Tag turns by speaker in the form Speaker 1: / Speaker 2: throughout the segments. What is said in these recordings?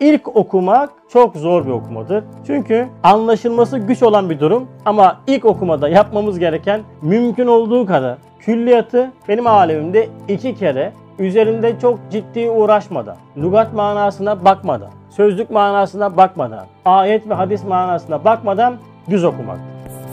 Speaker 1: İlk okumak çok zor bir okumadır. Çünkü anlaşılması güç olan bir durum ama ilk okumada yapmamız gereken mümkün olduğu kadar külliyatı benim alemimde 2 kere üzerinde çok ciddi uğraşmadan, lügat manasına bakmadan, sözlük manasına bakmadan, ayet ve hadis manasına bakmadan düz okumaktır.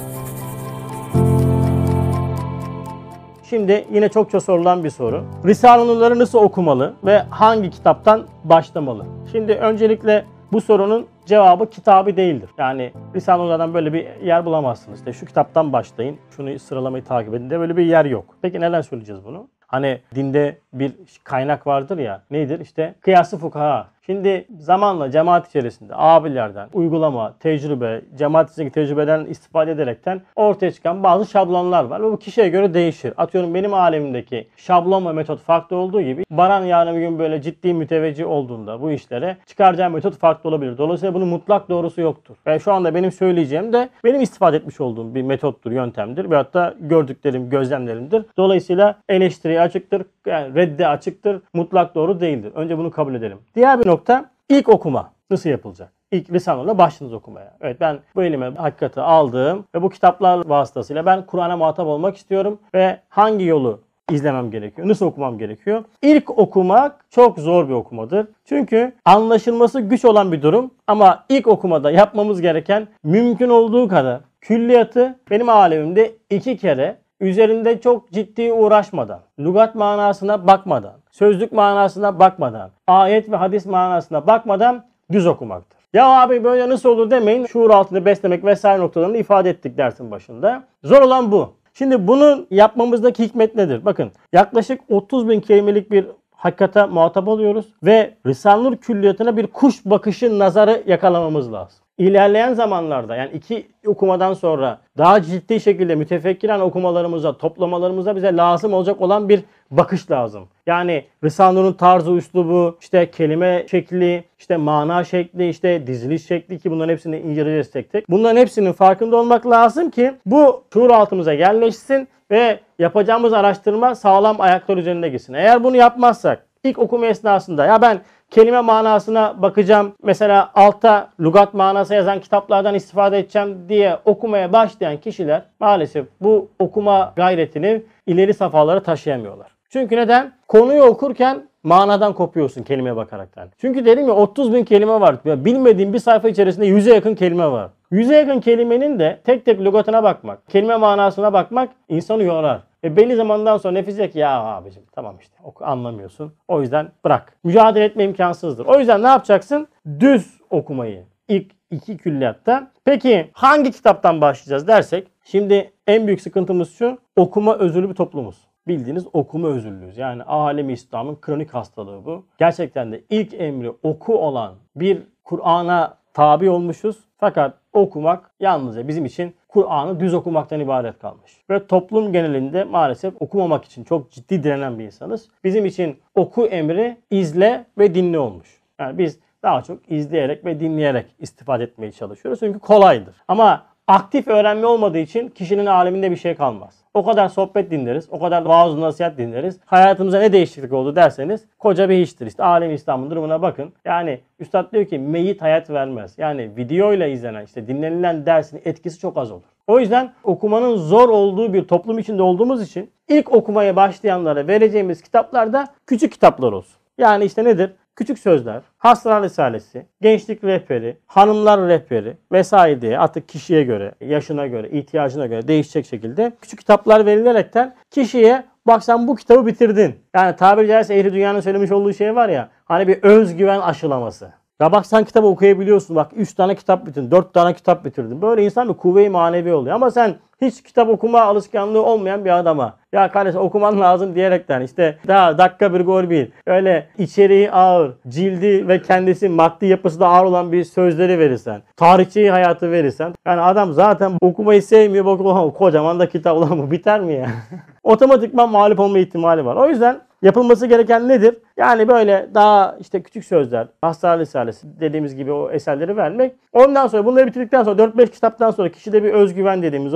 Speaker 1: Şimdi yine çokça sorulan bir soru. Risale-i Nur'ları nasıl okumalı ve hangi kitaptan başlamalı? Şimdi öncelikle bu sorunun cevabı kitabı değildir. Yani Risale-i Nur'lardan böyle bir yer bulamazsınız. İşte şu kitaptan başlayın, şunu sıralamayı takip edin de böyle bir yer yok. Peki neden söyleyeceğiz bunu? Hani dinde bir kaynak vardır ya, nedir? İşte kıyas-ı fukaha. Şimdi zamanla cemaat içerisinde abilerden, uygulama, tecrübe, cemaat içindeki tecrübeden istifade ederekten ortaya çıkan bazı şablonlar var. Ve bu kişiye göre değişir. Atıyorum benim alemimdeki şablon ve metot farklı olduğu gibi Baran yarın bir gün böyle ciddi müteveccih olduğunda bu işlere çıkaracağı metot farklı olabilir. Dolayısıyla bunun mutlak doğrusu yoktur. Ve şu anda benim söyleyeceğim de benim istifade etmiş olduğum bir metottur, yöntemdir. Ve hatta gördüklerim, gözlemlerimdir. Dolayısıyla eleştiriye açıktır, yani redde açıktır, mutlak doğru değildir. Önce bunu kabul edelim. Diğer bir nokta, ilk okuma nasıl yapılacak? İlk Risale-i Nur'la başladınız okumaya. Evet, ben bu elime hakikati aldım ve bu kitaplar vasıtasıyla ben Kur'an'a muhatap olmak istiyorum ve hangi yolu izlemem gerekiyor? Nasıl okumam gerekiyor? İlk okumak çok zor bir okumadır. Çünkü anlaşılması güç olan bir durum ama ilk okumada yapmamız gereken mümkün olduğu kadar külliyatı benim alemimde 2 kere üzerinde çok ciddi uğraşmadan, lügat manasına bakmadan, sözlük manasına bakmadan, ayet ve hadis manasına bakmadan düz okumaktır. Ya abi böyle nasıl olur demeyin. Şuur altında beslemek vesaire noktalarını ifade ettik dersin başında. Zor olan bu. Şimdi bunun yapmamızdaki hikmet nedir? Bakın yaklaşık 30.000 kelimelik bir hakikate muhatap oluyoruz ve Risale-i Nur külliyatına bir kuş bakışı nazarı yakalamamız lazım. İlerleyen zamanlarda yani 2 okumadan sonra daha ciddi şekilde mütefekkiren okumalarımıza, toplamalarımıza bize lazım olacak olan bir bakış lazım. Yani Risale-i Nur'un tarzı, üslubu, işte kelime şekli, işte mana şekli, işte diziliş şekli ki bunların hepsini inceleyeceğiz tek tek. Bunların hepsinin farkında olmak lazım ki bu şuur altımıza yerleşsin ve yapacağımız araştırma sağlam ayaklar üzerinde gitsin. Eğer bunu yapmazsak ilk okuma esnasında ya ben kelime manasına bakacağım, mesela altta lügat manası yazan kitaplardan istifade edeceğim diye okumaya başlayan kişiler maalesef bu okuma gayretini ileri safhalara taşıyamıyorlar. Çünkü neden? Konuyu okurken manadan kopuyorsun kelimeye bakaraktan. Çünkü dedim ya 30.000 kelime var. Bilmediğim bir sayfa içerisinde 100'e yakın kelime var. 100'e yakın kelimenin de tek tek lügatına bakmak, kelime manasına bakmak insanı yorar. Belli zamandan sonra nefis diyecek ya abicim tamam işte anlamıyorsun. O yüzden bırak. Mücadele etme imkansızdır. O yüzden ne yapacaksın? Düz okumayı. İlk 2 külliyatta. Peki hangi kitaptan başlayacağız dersek? Şimdi en büyük sıkıntımız şu. Okuma özürlü bir toplumuz. Bildiğiniz okuma özürlüyüz. Yani alemi İslam'ın kronik hastalığı bu. Gerçekten de ilk emri oku olan bir Kur'an'a tabi olmuşuz. Fakat okumak yalnızca bizim için Kur'an'ı düz okumaktan ibaret kalmış. Ve toplum genelinde maalesef okumamak için çok ciddi direnen bir insanız. Bizim için oku emri izle ve dinle olmuş. Yani biz daha çok izleyerek ve dinleyerek istifade etmeye çalışıyoruz. Çünkü kolaydır. Ama aktif öğrenme olmadığı için kişinin aleminde bir şey kalmaz. O kadar sohbet dinleriz, o kadar vaaz nasihat dinleriz. Hayatımıza ne değişiklik oldu derseniz koca bir iştir. İşte alem İslam'ın durumuna bakın. Yani üstad diyor ki meyit hayat vermez. Yani videoyla izlenen, işte dinlenilen dersin etkisi çok az olur. O yüzden okumanın zor olduğu bir toplum içinde olduğumuz için ilk okumaya başlayanlara vereceğimiz kitaplar da küçük kitaplar olsun. Yani işte nedir? Küçük sözler, Hastalar Risalesi, Gençlik Rehberi, Hanımlar Rehberi vesaire diye artık kişiye göre, yaşına göre, ihtiyacına göre değişecek şekilde küçük kitaplar verilerekten kişiye bak sen bu kitabı bitirdin. Yani tabiri caizse ehli dünyanın söylemiş olduğu şey var ya hani bir özgüven aşılaması. Ya bak sen kitabı okuyabiliyorsun. Bak 3 tane kitap bitirdin, 4 tane kitap bitirdin. Böyle insan bir kuvve-i manevi oluyor. Ama sen hiç kitap okuma alışkanlığı olmayan bir adama ya kardeş okuman lazım diyerekten işte daha dakika bir gol bir öyle içeriği ağır, cildi ve kendisi maddi yapısı da ağır olan bir sözleri verirsen, tarihçi hayatı verirsen yani adam zaten okumayı sevmiyor. Bak kocaman da kitap olan bu biter mi ya? Otomatikman mağlup olma ihtimali var. O yüzden yapılması gereken nedir? Yani böyle daha işte küçük sözler, Hastalar Risalesi dediğimiz gibi o eserleri vermek. Ondan sonra bunları bitirdikten sonra 4-5 kitaptan sonra kişide bir özgüven dediğimiz o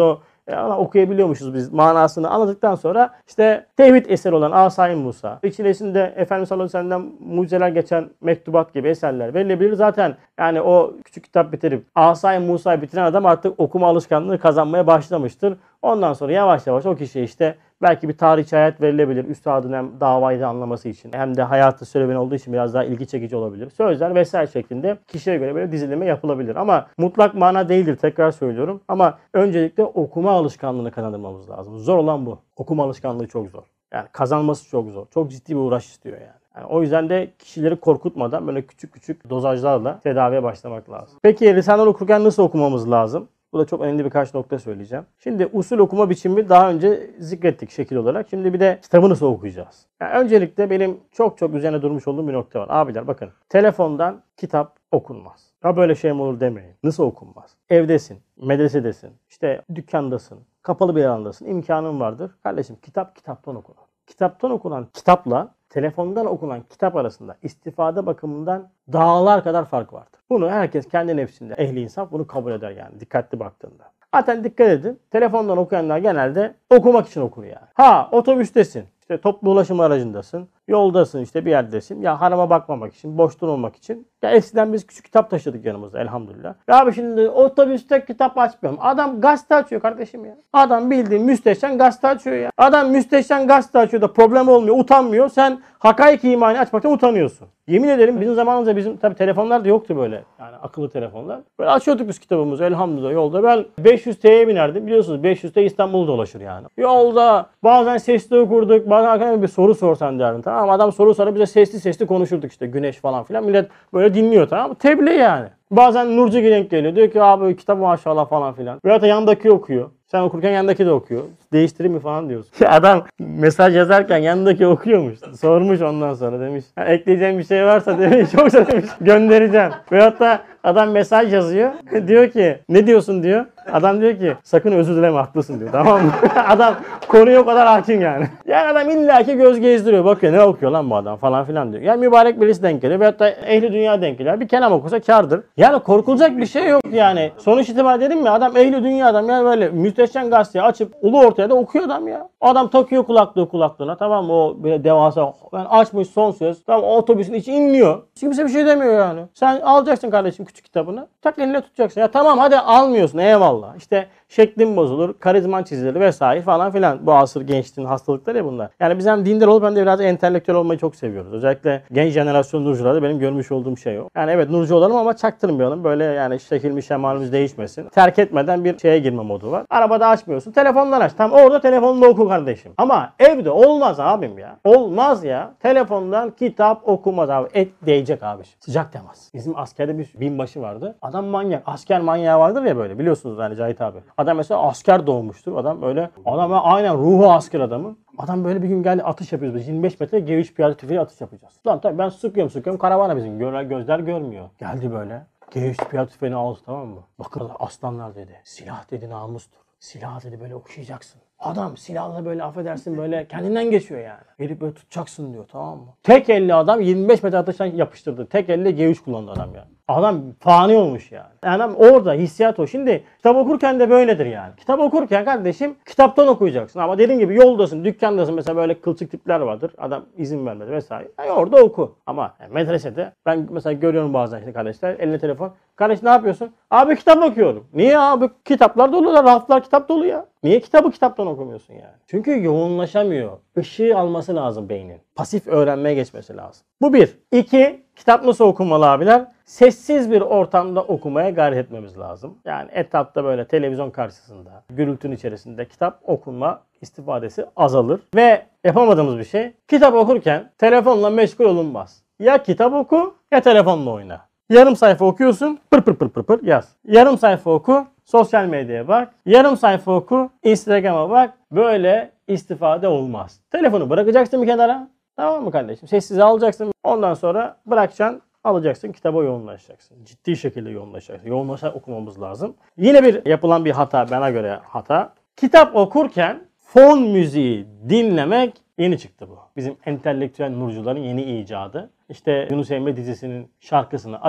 Speaker 1: okuyabiliyormuşuz biz manasını anladıktan sonra işte tevhid eseri olan Asay-ı Musa, içerisinde Efendimiz sallallahu aleyhi ve sellem'den mucizeler geçen mektubat gibi eserler verilebilir. Zaten yani o küçük kitap bitirip Asay-ı Musa'yı bitiren adam artık okuma alışkanlığı kazanmaya başlamıştır. Ondan sonra yavaş yavaş o kişiye işte belki bir tarihçi hayat verilebilir. Üstadın hem davayı da anlaması için hem de hayatı serüveni olduğu için biraz daha ilgi çekici olabilir. Sözler vesaire şeklinde kişiye göre böyle dizilime yapılabilir. Ama mutlak mana değildir, tekrar söylüyorum. Ama öncelikle okuma alışkanlığını kazandırmamız lazım. Zor olan bu. Okuma alışkanlığı çok zor. Yani kazanması çok zor. Çok ciddi bir uğraş istiyor yani. O yüzden de kişileri korkutmadan böyle küçük küçük dozajlarla tedaviye başlamak lazım. Peki Risale-i Nur okurken nasıl okumamız lazım? Bu da çok önemli birkaç nokta söyleyeceğim. Şimdi usul okuma biçimi daha önce zikrettik şekil olarak. Şimdi bir de kitabı nasıl okuyacağız? Yani öncelikle benim çok üzerine durmuş olduğum bir nokta var. Abiler bakın, telefondan kitap okunmaz. Ya böyle şey mi olur demeyin. Nasıl okunmaz? Evdesin, medresedesin, işte dükkandasın, kapalı bir alandasın, imkanın vardır. Kardeşim kitap kitaptan okunur. Kitaptan okunan kitapla telefondan okunan kitap arasında istifade bakımından dağlar kadar fark vardır. Bunu herkes kendi nefsinde, ehli insaf bunu kabul eder yani dikkatli baktığında. Zaten dikkat edin, telefondan okuyanlar genelde okumak için okur yani. Ha, otobüstesin, işte toplu ulaşım aracındasın, yoldasın, işte bir yerdesin. Ya harama bakmamak için, boş durmamak için. Ya eskiden biz küçük kitap taşıdık yanımızda elhamdülillah. Ya abi şimdi otobüste kitap açmıyorum. Adam gazete açıyor kardeşim ya. Adam bildiğin müstehcen gazete açıyor ya. Adam müstehcen gazete açıyor da problem olmuyor, utanmıyor. Sen hakaik imani açmaktan utanıyorsun. Yemin ederim bizim zamanımızda bizim tabii telefonlar da yoktu böyle. Yani akıllı telefonlar. Böyle açıyorduk biz kitabımızı elhamdülillah yolda. Ben 500 TL'ye binerdim. Biliyorsunuz 500 TL İstanbul'u dolaşır yani. Yolda bazen sesli okurduk. Bazen arkadaşlar bir soru sorsan derdim. Tamam, adam soru sorup bize sesli konuşurduk işte güneş falan filan. Millet böyle dinliyor, tamam mı? Tebliğ yani. Bazen Nurcu denk geliyor. Diyor ki abi kitap maşallah falan filan. Veyahut da yandaki okuyor. Sen okurken yandaki de okuyor. Değiştireyim mi falan diyorsun. Adam mesaj yazarken yandaki okuyormuş. Sormuş ondan sonra demiş. Ekleyeceğim bir şey varsa demiş. Yoksa demiş göndereceğim. Veyahut da adam mesaj yazıyor. Diyor ki ne diyorsun diyor. Adam diyor ki sakın özür dileme haklısın diyor. Tamam mı? Adam konuya o kadar hakim yani. Yani adam illaki göz gezdiriyor. Bakıyor ne okuyor lan bu adam falan filan diyor. Yani mübarek birisi denk geliyor. Veyahut da ehli dünya denk geliyor. Bir kelam okusa kârdır. Yani korkulacak bir şey yok yani. Sonuç itibariyle dedim mi adam ehli dünya adam. Yani böyle müstehcen gazeteyi açıp ulu ortaya da okuyor adam ya. Adam takıyor kulaklığına, tamam mı? O böyle devasa yani açmış son söz. Tamam, o otobüsün içi inliyor. Hiç kimse bir şey demiyor yani. Sen alacaksın kardeşim küçük kitabını. Tak eline tutacaksın. Ya tamam hadi almıyorsun eyvallah. İşte şeklin bozulur, karizman çizilir vesaire falan filan. Bu asır gençliğin hastalıkları ya bunlar. Yani biz hem dindar olup hem de biraz entelektüel olmayı çok seviyoruz. Özellikle genç jenerasyon nurcularda benim görmüş olduğum şey o. Yani evet nurcu olalım ama çaktırmayalım. Böyle yani şekilmiş şemalimiz değişmesin. Terk etmeden bir şeye girme modu var. Arabada açmıyorsun. Telefondan aç. Tam orada telefonla oku kardeşim. Ama evde olmaz abim ya. Olmaz ya. Telefondan kitap okumaz abi. Et değecek abi. Sıcak temas. Bizim askerde bir binbaşı vardı. Adam manyak. Asker manyağı vardır ya böyle. Biliyorsunuz yani Cahit abi. Adam mesela asker doğmuştur. Adam aynen ruhu asker adamı. Adam böyle bir gün geldi atış yapıyoruz biz. 25 metre G3 piyade tüfeği atış yapacağız. Lan tabii ben sıkıyorum. Karavana bizim. Gözler görmüyor. Geldi böyle. G3 piyade tüfeğini aldı, tamam mı? Bakın aslanlar dedi. Silah dedi namustur. Silah dedi böyle okşayacaksın. Adam silahla böyle affedersin böyle kendinden geçiyor yani. Herif böyle tutacaksın diyor, tamam mı? Tek elle adam 25 metre atıştan yapıştırdı. Tek elle G3 kullandı adam ya. Adam fani olmuş yani. Adam orada hissiyat o. Şimdi kitap okurken de böyledir yani. Kitap okurken kardeşim kitaptan okuyacaksın. Ama dediğim gibi yoldasın, dükkandasın mesela böyle kılçık tipler vardır. Adam izin vermedi vesaire. Yani orada oku. Ama yani medresede ben mesela görüyorum bazen işte kardeşler eline telefon. Kardeş ne yapıyorsun? Abi kitap okuyorum. Niye abi? Kitaplar dolu da raflar kitap dolu ya. Niye kitabı kitaptan okumuyorsun yani? Çünkü yoğunlaşamıyor. Işığı alması lazım beynin. Pasif öğrenmeye geçmesi lazım. Bu bir. İki, kitap nasıl okunmalı abiler? Sessiz bir ortamda okumaya gayret etmemiz lazım. Yani etrafta böyle televizyon karşısında, gürültünün içerisinde kitap okunma istifadesi azalır. Ve yapamadığımız bir şey, kitap okurken telefonla meşgul olunmaz. Ya kitap oku ya telefonla oyna. Yarım sayfa okuyorsun, pır yaz. Yarım sayfa oku, sosyal medyaya bak. Yarım sayfa oku, Instagram'a bak. Böyle istifade olmaz. Telefonu bırakacaksın bir kenara. Tamam mı kardeşim? Sessize alacaksın. Ondan sonra bırakacaksın, alacaksın, kitaba yoğunlaşacaksın. Ciddi şekilde yoğunlaşacaksın. Yoğunlaşarak okumamız lazım. Yine bir yapılan bir hata, bana göre hata. Kitap okurken fon müziği dinlemek yeni çıktı bu. Bizim entelektüel nurcuların yeni icadı. İşte Yunus Emre dizisinin şarkısını açıp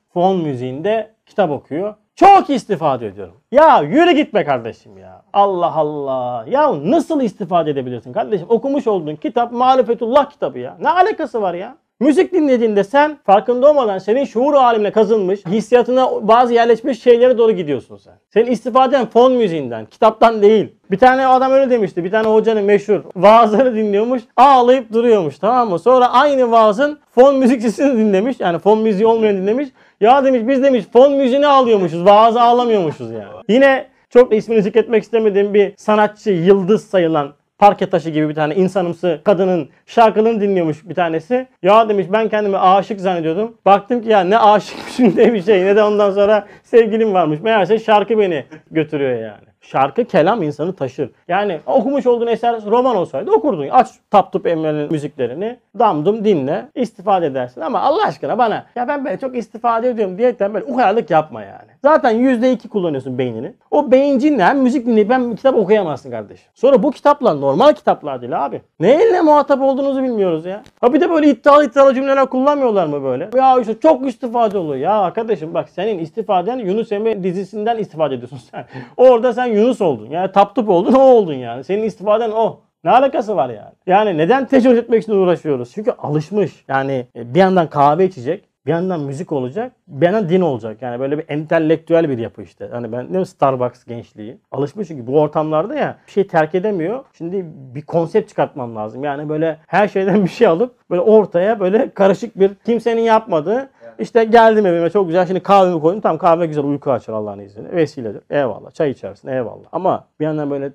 Speaker 1: fon müziğinde kitap okuyor. Çok istifade ediyorum. Ya yürü gitme kardeşim ya. Allah Allah. Ya nasıl istifade edebilirsin kardeşim? Okumuş olduğun kitap Marifetullah kitabı ya. Ne alakası var ya? Müzik dinlediğinde sen farkında olmadan senin şuur alemine kazınmış, hissiyatına bazı yerleşmiş şeylere doğru gidiyorsun sen. Senin istifaden fon müziğinden, kitaptan değil. Bir tane adam öyle demişti. Bir tane hocanın meşhur vaazları dinliyormuş. Ağlayıp duruyormuş, tamam mı? Sonra aynı vaazın fon müzikçisini dinlemiş. Yani fon müziği olmayan dinlemiş. Ya demiş biz demiş fon müziğini ağlıyormuşuz. Vaazı ağlamıyormuşuz yani. Yine çok da ismini zikretmek istemediğim bir sanatçı, yıldız sayılan parke taşı gibi bir tane insanımsı kadının şarkılarını dinliyormuş bir tanesi. Ya demiş ben kendimi aşık zannediyordum. Baktım ki ya ne aşıkmışım ne bir şey ne de ondan sonra sevgilim varmış. Meğerse şarkı beni götürüyor yani. Şarkı, kelam insanı taşır. Yani okumuş olduğun eser roman olsaydı okurdun. Aç Tapduk Emre'nin müziklerini, damdum dinle, istifade edersin. Ama Allah aşkına bana ya ben böyle çok istifade ediyorum diyerekten böyle ukalalık yapma yani. Zaten %2 kullanıyorsun beynini. O beyincinle hem müzik dinleyip hem kitap okuyamazsın kardeşim. Sonra bu kitaplar normal kitaplar değil abi. Neyle muhatap olduğunuzu bilmiyoruz ya. Ha bir de böyle iddialı cümleler kullanmıyorlar mı böyle? Ya işte çok istifade oluyor. Ya arkadaşım bak senin istifaden Yunus Emre dizisinden istifade ediyorsun sen. Orada sen Yunus oldun. Yani Tapduk oldun, o oldun yani. Senin istifaden o. Ne alakası var yani? Yani neden tecrübe etmek için uğraşıyoruz? Çünkü alışmış. Yani bir yandan kahve içecek, bir yandan müzik olacak, bir yandan din olacak. Yani böyle bir entelektüel bir yapı işte. Hani ben ne Starbucks gençliği. Alışmış çünkü bu ortamlarda ya bir şey terk edemiyor. Şimdi bir konsept çıkartmam lazım. Yani böyle her şeyden bir şey alıp böyle ortaya böyle karışık bir kimsenin yapmadığı. İşte geldim evime çok güzel. Şimdi kahvemi koydum. Tam kahve güzel uyku açar Allah'ın izniyle. Vesiledir. Eyvallah. Çay içersin. Eyvallah. Ama bir yandan böyle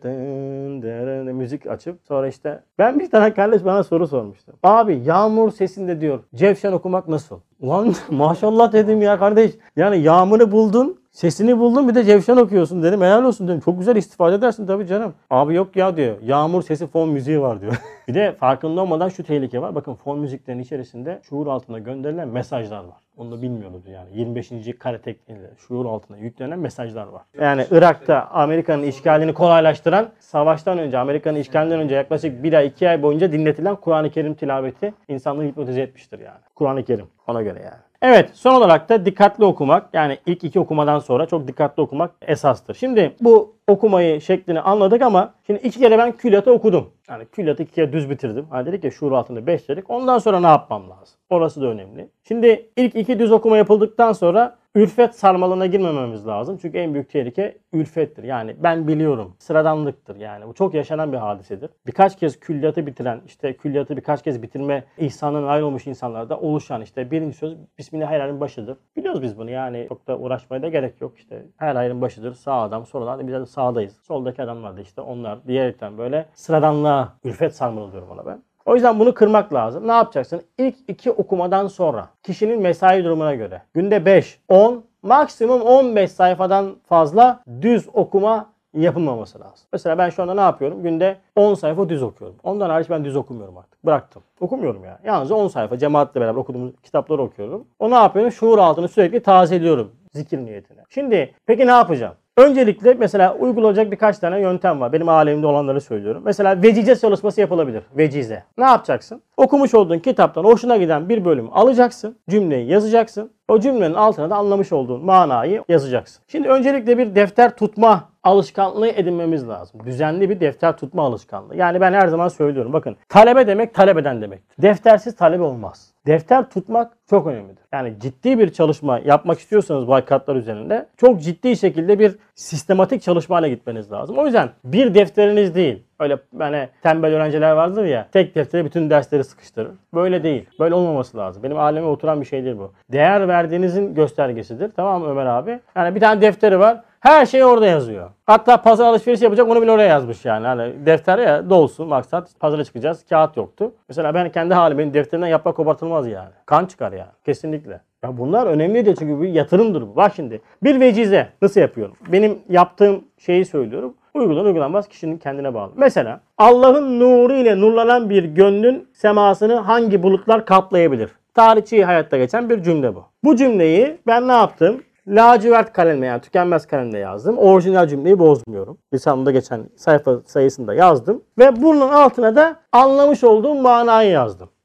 Speaker 1: müzik açıp sonra işte ben bir tane kardeş bana soru sormuştu. Abi yağmur sesinde diyor Cevşen okumak nasıl? Ulan maşallah dedim ya kardeş. Yani yağmuru buldun. Sesini buldun bir de Cevşen okuyorsun dedim. Helal olsun dedim. Çok güzel istifade edersin tabii canım. Abi yok ya diyor. Yağmur sesi fon müziği var diyor. Bir de farkında olmadan şu tehlike var. Bakın fon müziklerin içerisinde şuur altına gönderilen mesajlar var. Onu da bilmiyoruz yani. 25. kare tekniğiyle şuur altına yüklenen mesajlar var. Yani Irak'ta Amerika'nın işgalini kolaylaştıran savaştan önce, Amerika'nın işgalinden önce yaklaşık 1 ay 2 ay boyunca dinletilen Kur'an-ı Kerim tilaveti insanlığı hipnotize etmiştir yani. Kur'an-ı Kerim ona göre yani. Evet, son olarak da dikkatli okumak, yani ilk 2 okumadan sonra çok dikkatli okumak esastır. Şimdi bu okumayı şeklini anladık ama şimdi 2 kere ben külliyatı okudum. Yani külliyatı 2 kere düz bitirdim. Hani dedik ya şuur altında 5 dedik. Ondan sonra ne yapmam lazım? Orası da önemli. Şimdi ilk 2 düz okuma yapıldıktan sonra ülfet sarmalına girmememiz lazım. Çünkü en büyük tehlike ülfettir. Yani ben biliyorum. Sıradanlıktır yani. Bu çok yaşanan bir hadisedir. Birkaç kez külliyatı bitiren, işte külliyatı birkaç kez bitirme ihsanından ayrılmış insanlarda oluşan işte birinci söz Bismillah her ayrın başıdır. Biliyoruz biz bunu yani. Çok da uğraşmaya da gerek yok. İşte her ayrın başıdır. Sağ adam, sol adam. Biz de sağdayız. Soldaki adamlar da işte onlar diyerekten böyle sıradanlığa ülfet sarmalı diyorum ona ben. O yüzden bunu kırmak lazım. Ne yapacaksın? İlk 2 okumadan sonra kişinin mesai durumuna göre günde 5, 10, maksimum 15 sayfadan fazla düz okuma yapılmaması lazım. Mesela ben şu anda ne yapıyorum? Günde 10 sayfa düz okuyorum. Ondan hariç ben düz okumuyorum artık. Bıraktım. Okumuyorum ya. Yalnız 10 sayfa cemaatle beraber okuduğumuz kitapları okuyorum. O ne yapıyorum? Şuur altını sürekli tazeliyorum zikir niyetine. Şimdi peki ne yapacağım? Öncelikle mesela uygulanacak birkaç tane yöntem var. Benim alemimde olanları söylüyorum. Mesela vecize çalışması yapılabilir. Vecize. Ne yapacaksın? Okumuş olduğun kitaptan hoşuna giden bir bölümü alacaksın. Cümleyi yazacaksın. O cümlenin altına da anlamış olduğun manayı yazacaksın. Şimdi öncelikle bir defter tutma alışkanlığı edinmemiz lazım. Düzenli bir defter tutma alışkanlığı. Yani ben her zaman söylüyorum. Bakın talebe demek talebeden demektir. Deftersiz talebe olmaz. Defter tutmak çok önemlidir. Yani ciddi bir çalışma yapmak istiyorsanız bu hakikatler üzerinde çok ciddi şekilde bir sistematik çalışmayla gitmeniz lazım. O yüzden bir defteriniz değil. Öyle hani tembel öğrenciler vardır ya tek deftere bütün dersleri sıkıştırır. Böyle değil. Böyle olmaması lazım. Benim aleme oturan bir şeydir bu. Değer verdiğinizin göstergesidir. Tamam mı Ömer abi? Yani bir tane defteri var. Her şey orada yazıyor. Hatta pazar alışverişi yapacak onu bile oraya yazmış yani. Hani defter ya dolsun maksat pazara çıkacağız. Kağıt yoktu. Mesela ben kendi halimin defterinden yaprak kopartılmaz yani. Kan çıkar yani. Kesinlikle. Ya bunlar önemlidir çünkü bir yatırımdır bu. Bak şimdi bir vecize nasıl yapıyorum? Benim yaptığım şeyi söylüyorum. Uygulanır uygulanmaz kişinin kendine bağlı. Mesela Allah'ın nuru ile nurlanan bir gönlün semasını hangi bulutlar kaplayabilir? Tarihçi hayatta geçen bir cümle bu. Bu cümleyi ben ne yaptım? Lacivert kalemle yani tükenmez kalemle yazdım. Orijinal cümleyi bozmuyorum. Lisanımda geçen sayfa sayısında yazdım. Ve bunun altına da anlamış olduğum manayı yazdım.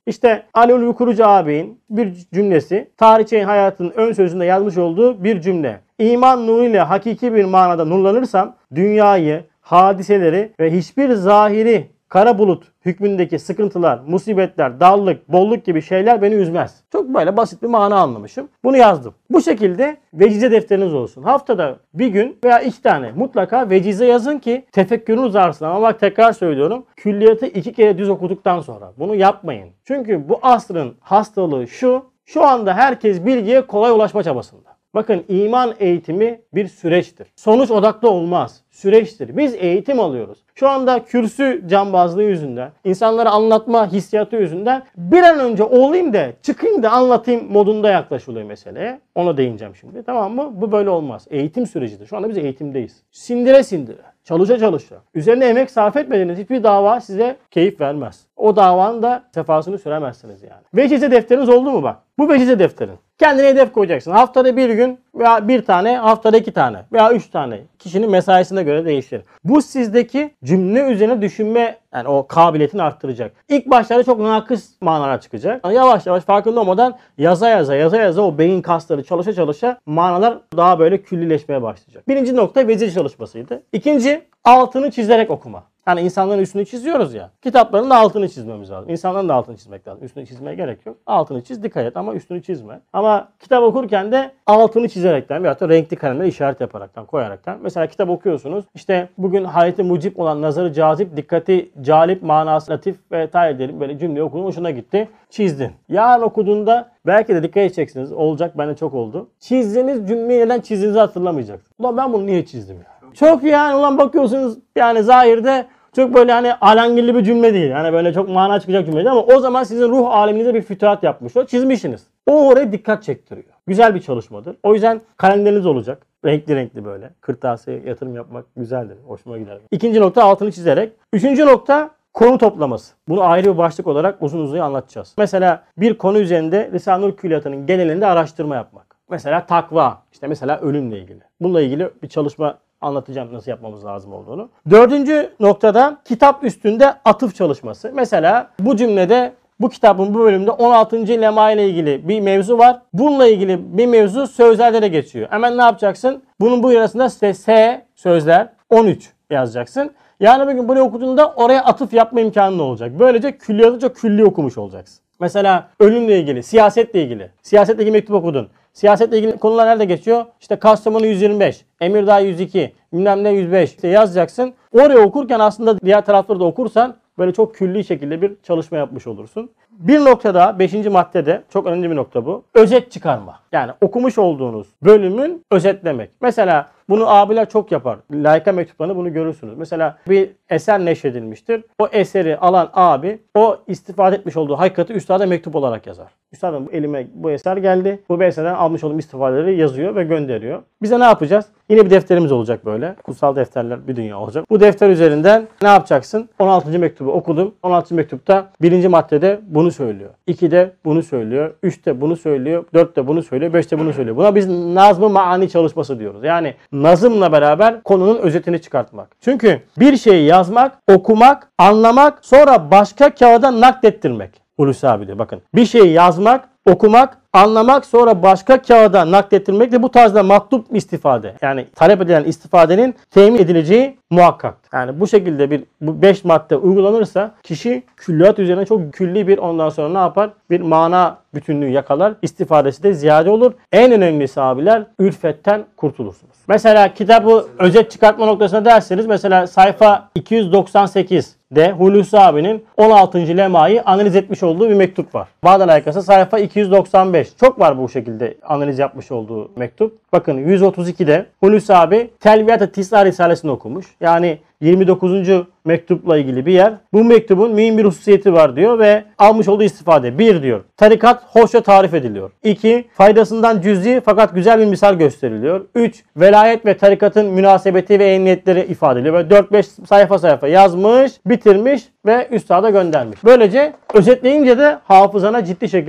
Speaker 1: İşte Ali Ulvi Kurucu ağabeyin bir cümlesi, tarihçenin hayatının ön sözünde yazmış olduğu bir cümle. İman nuruyla hakiki bir manada nurlanırsam dünyayı, hadiseleri ve hiçbir zahiri kara bulut hükmündeki sıkıntılar, musibetler, darlık, bolluk gibi şeyler beni üzmez. Çok böyle basit bir mana anlamışım. Bunu yazdım. Bu şekilde vecize defteriniz olsun. Haftada bir gün veya 2 tane mutlaka vecize yazın ki tefekkürünüz artsın. Ama bak tekrar söylüyorum. Külliyatı 2 kere düz okuduktan sonra bunu yapmayın. Çünkü bu asrın hastalığı şu anda herkes bilgiye kolay ulaşma çabasında. Bakın iman eğitimi bir süreçtir. Sonuç odaklı olmaz. Süreçtir. Biz eğitim alıyoruz. Şu anda kürsü cambazlığı yüzünden, insanlara anlatma hissiyatı yüzünden bir an önce olayım da çıkayım da anlatayım modunda yaklaşılıyor meseleye. Ona değineceğim şimdi. Tamam mı? Bu böyle olmaz. Eğitim sürecidir. Şu anda biz eğitimdeyiz. Sindire sindire. Çalışa çalışa. Üzerine emek sarf etmediğiniz hiçbir dava size keyif vermez. O davanın da sefasını süremezsiniz yani. Vecize defteriniz oldu mu bak? Bu vecize defterin. Kendine hedef koyacaksın. Haftada bir gün veya bir tane, haftada 2 tane veya 3 tane. Kişinin mesaisine göre değişir. Bu sizdeki cümle üzerine düşünme, yani o kabiliyetini arttıracak. İlk başlarda çok nakıs manalar çıkacak. Yavaş yavaş farkında olmadan yaza yaza o beyin kasları çalışa çalışa manalar daha böyle küllileşmeye başlayacak. Birinci nokta vecize çalışmasıydı. İkinci, altını çizerek okuma. Yani insanların üstünü çiziyoruz ya. Kitapların da altını çizmemiz lazım. İnsanların da altını çizmek lazım. Üstünü çizmeye gerek yok. Altını çiz, dikkat et ama üstünü çizme. Ama kitap okurken de altını çizerekten veyahut da renkli kalemle işaret yaparaktan, koyaraktan. Mesela kitap okuyorsunuz. İşte bugün hayati mucip olan nazarı cazip, dikkati calip, manası latif ve edelim böyle cümle okudun, hoşuna gitti. Çizdin. Yarın okuduğunda belki de dikkat edeceksiniz. Olacak, bende çok oldu. Çizdiğiniz cümleyi neden çizdiğinizi hatırlamayacaksınız. Ulan ben bunu niye çizdim ya? Çok yani ulan bakıyorsunuz yani zahirde çok böyle hani alengirli bir cümle değil. Hani böyle çok mana çıkacak cümle değil ama o zaman sizin ruh aleminize bir fütuhat yapmış. O çizmişsiniz. O oraya dikkat çektiriyor. Güzel bir çalışmadır. O yüzden kalemleriniz olacak. Renkli renkli böyle. Kırtasiye yatırım yapmak güzeldir. Hoşuma gider. İkinci nokta altını çizerek. Üçüncü nokta konu toplaması. Bunu ayrı bir başlık olarak uzun uzun anlatacağız. Mesela bir konu üzerinde Risale-i Nur Külliyatı'nın genelinde araştırma yapmak. Mesela takva. İşte mesela ölümle ilgili. Bununla ilgili bir çalışma anlatacağım nasıl yapmamız lazım olduğunu. Dördüncü noktada kitap üstünde atıf çalışması. Mesela bu cümlede bu kitabın bu bölümde 16. lema ile ilgili bir mevzu var. Bununla ilgili bir mevzu sözlerde de geçiyor. Hemen ne yapacaksın? Bunun bu arasında S sözler 13 yazacaksın. Yani bugün burayı okuduğunda oraya atıf yapma imkanın olacak. Böylece külliyatı çok külli okumuş olacaksın. Mesela ölümle ilgili, siyasetle ilgili. Siyasetle ilgili mektup okudun. Siyasetle ilgili konular nerede geçiyor? İşte Kastamonu 125, Emirdağ 102, bilmem ne 105 işte yazacaksın. Oraya okurken aslında diğer tarafları da okursan böyle çok külli şekilde bir çalışma yapmış olursun. Bir noktada 5. maddede çok önemli bir nokta bu. Özet çıkarma. Yani okumuş olduğunuz bölümün özetlemek. Mesela bunu abiler çok yapar. Layıka mektuplarında bunu görürsünüz. Mesela bir eser neşredilmiştir. O eseri alan abi o istifade etmiş olduğu hakikati üstada mektup olarak yazar. Üstadım elime bu eser geldi. Bu eserden almış olduğum istifadeleri yazıyor ve gönderiyor. Bize ne yapacağız? Yine bir defterimiz olacak böyle. Kutsal defterler bir dünya olacak. Bu defter üzerinden ne yapacaksın? 16. mektubu okudum. 16. mektupta 1. maddede bunu söylüyor. 2'de bunu söylüyor. 3'te bunu söylüyor. 4'te bunu söylüyor. 5'te bunu söylüyor. Buna biz nazm-ı maani çalışması diyoruz. Yani nazımla beraber konunun özetini çıkartmak. Çünkü bir şeyi yazmak, okumak, anlamak, sonra başka kağıda naklettirmek. Hulusi abi diyor. Bakın bir şeyi yazmak, okumak, anlamak, sonra başka kağıda naklettirmek de bu tarzda matlup istifade. Yani talep edilen istifadenin temin edileceği muhakkak. Yani bu şekilde bu 5 madde uygulanırsa kişi külliyat üzerine çok külli bir ondan sonra ne yapar? Bir mana bütünlüğü yakalar. İstifadesi de ziyade olur. En önemlisi abiler ülfetten kurtulursunuz. Mesela kitabı özet çıkartma noktasına derseniz mesela sayfa 298'de Hulusi abinin 16. lemayı analiz etmiş olduğu bir mektup var. Bağdat Aykası sayfa 295. Çok var bu şekilde analiz yapmış olduğu mektup. Bakın 132'de Hulusi abi Telviyat-ı Tis'a Risalesini okumuş. Yani 29. mektupla ilgili bir yer. Bu mektubun mühim bir hususiyeti var diyor ve almış olduğu istifade. 1 diyor. Tarikat hoşça tarif ediliyor. 2. Faydasından cüz'i fakat güzel bir misal gösteriliyor. 3. Velayet ve tarikatın münasebeti ve emniyetleri ifade ediliyor. Ve 4-5 sayfa yazmış, bitirmiş ve üstada göndermiş. Böylece özetleyince de hafızana ciddi şekilde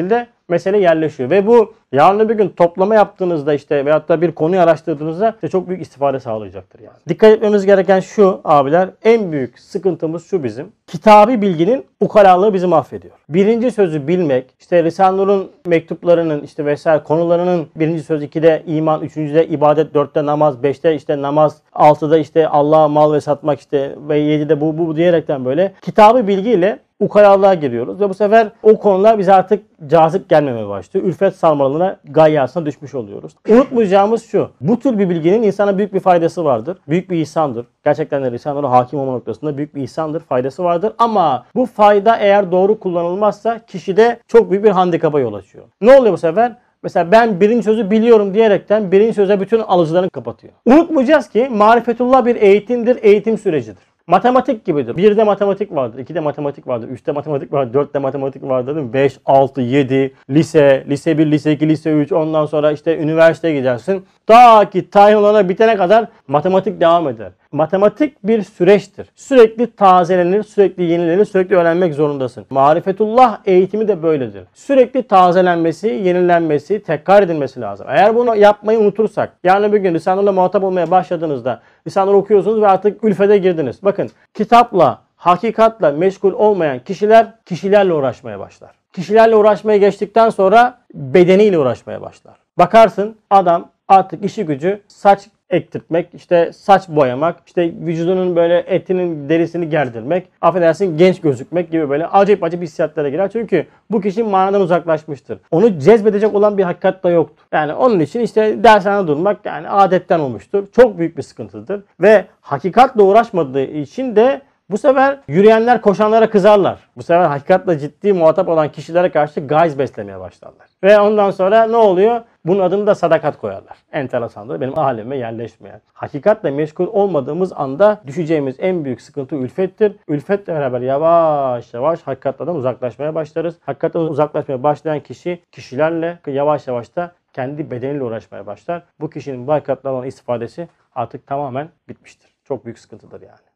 Speaker 1: mesele yerleşiyor. Ve bu yarın öbür gün toplama yaptığınızda işte veyahut da bir konuyu araştırdığınızda size çok büyük istifade sağlayacaktır yani. Dikkat etmemiz gereken şu abiler, en büyük sıkıntımız şu bizim. Kitabi bilginin ukalalığı bizi mahvediyor. Birinci sözü bilmek, işte Risale-i Nur'un mektuplarının işte vesaire konularının birinci söz 2'de iman, 3.'de ibadet, 4'te namaz, 5'te işte namaz, 6'da işte Allah'a mal ve satmak işte ve 7'de bu diyerekten böyle kitabı bilgiyle ukalalığa giriyoruz ve bu sefer o konular bize artık cazip gelmemeye başlıyor. Ülfet sarmalına, gayyasına düşmüş oluyoruz. Unutmayacağımız şu. Bu tür bir bilginin insana büyük bir faydası vardır. Büyük bir ihsandır. Gerçekten de Risale-i Nur'a hakim olma noktasında büyük bir ihsandır, faydası vardır. Ama bu fayda eğer doğru kullanılmazsa kişide çok büyük bir handikapa yol açıyor. Ne oluyor bu sefer? Mesela ben birinci sözü biliyorum diyerekten birinci söze bütün alıcılarını kapatıyor. Unutmayacağız ki marifetullah bir eğitimdir, eğitim sürecidir. Matematik gibidir. 1'de matematik vardır, 2'de matematik vardır, 3'te matematik vardır, 4'te matematik vardır değil mi? 5, 6, 7, lise 1, lise 2, lise 3, ondan sonra işte üniversiteye gidersin. Ta ki tayin olana bitene kadar matematik devam eder. Matematik bir süreçtir. Sürekli tazelenir, sürekli yenilenir, sürekli öğrenmek zorundasın. Marifetullah eğitimi de böyledir. Sürekli tazelenmesi, yenilenmesi, tekrar edilmesi lazım. Eğer bunu yapmayı unutursak, yani bir gün Risale-i Nur'la muhatap olmaya başladığınızda Risale-i Nur okuyorsunuz ve artık ülfete girdiniz. Bakın, kitapla, hakikatla meşgul olmayan kişiler kişilerle uğraşmaya başlar. Kişilerle uğraşmaya geçtikten sonra bedeniyle uğraşmaya başlar. Bakarsın adam artık işi gücü saç ektirtmek, işte saç boyamak, işte vücudunun böyle etinin derisini gerdirmek, affedersin genç gözükmek gibi böyle acayip hissiyatlara girer. Çünkü bu kişi manadan uzaklaşmıştır. Onu cezbedecek olan bir hakikat da yoktur. Yani onun için işte dershanede durmak yani adetten olmuştur. Çok büyük bir sıkıntıdır. Ve hakikatle uğraşmadığı için de bu sefer yürüyenler koşanlara kızarlar. Bu sefer hakikatle ciddi muhatap olan kişilere karşı gayz beslemeye başlarlar. Ve ondan sonra ne oluyor? Bunun adını da sadakat koyarlar. Enteresandır. Benim ahalime yerleşmeyen. Hakikatle meşgul olmadığımız anda düşeceğimiz en büyük sıkıntı ülfettir. Ülfetle beraber yavaş yavaş hakikatlerden uzaklaşmaya başlarız. Hakikatten uzaklaşmaya başlayan kişi kişilerle yavaş yavaş da kendi bedeniyle uğraşmaya başlar. Bu kişinin bu hakikatlerden olan istifadesi artık tamamen bitmiştir. Çok büyük sıkıntıdır yani.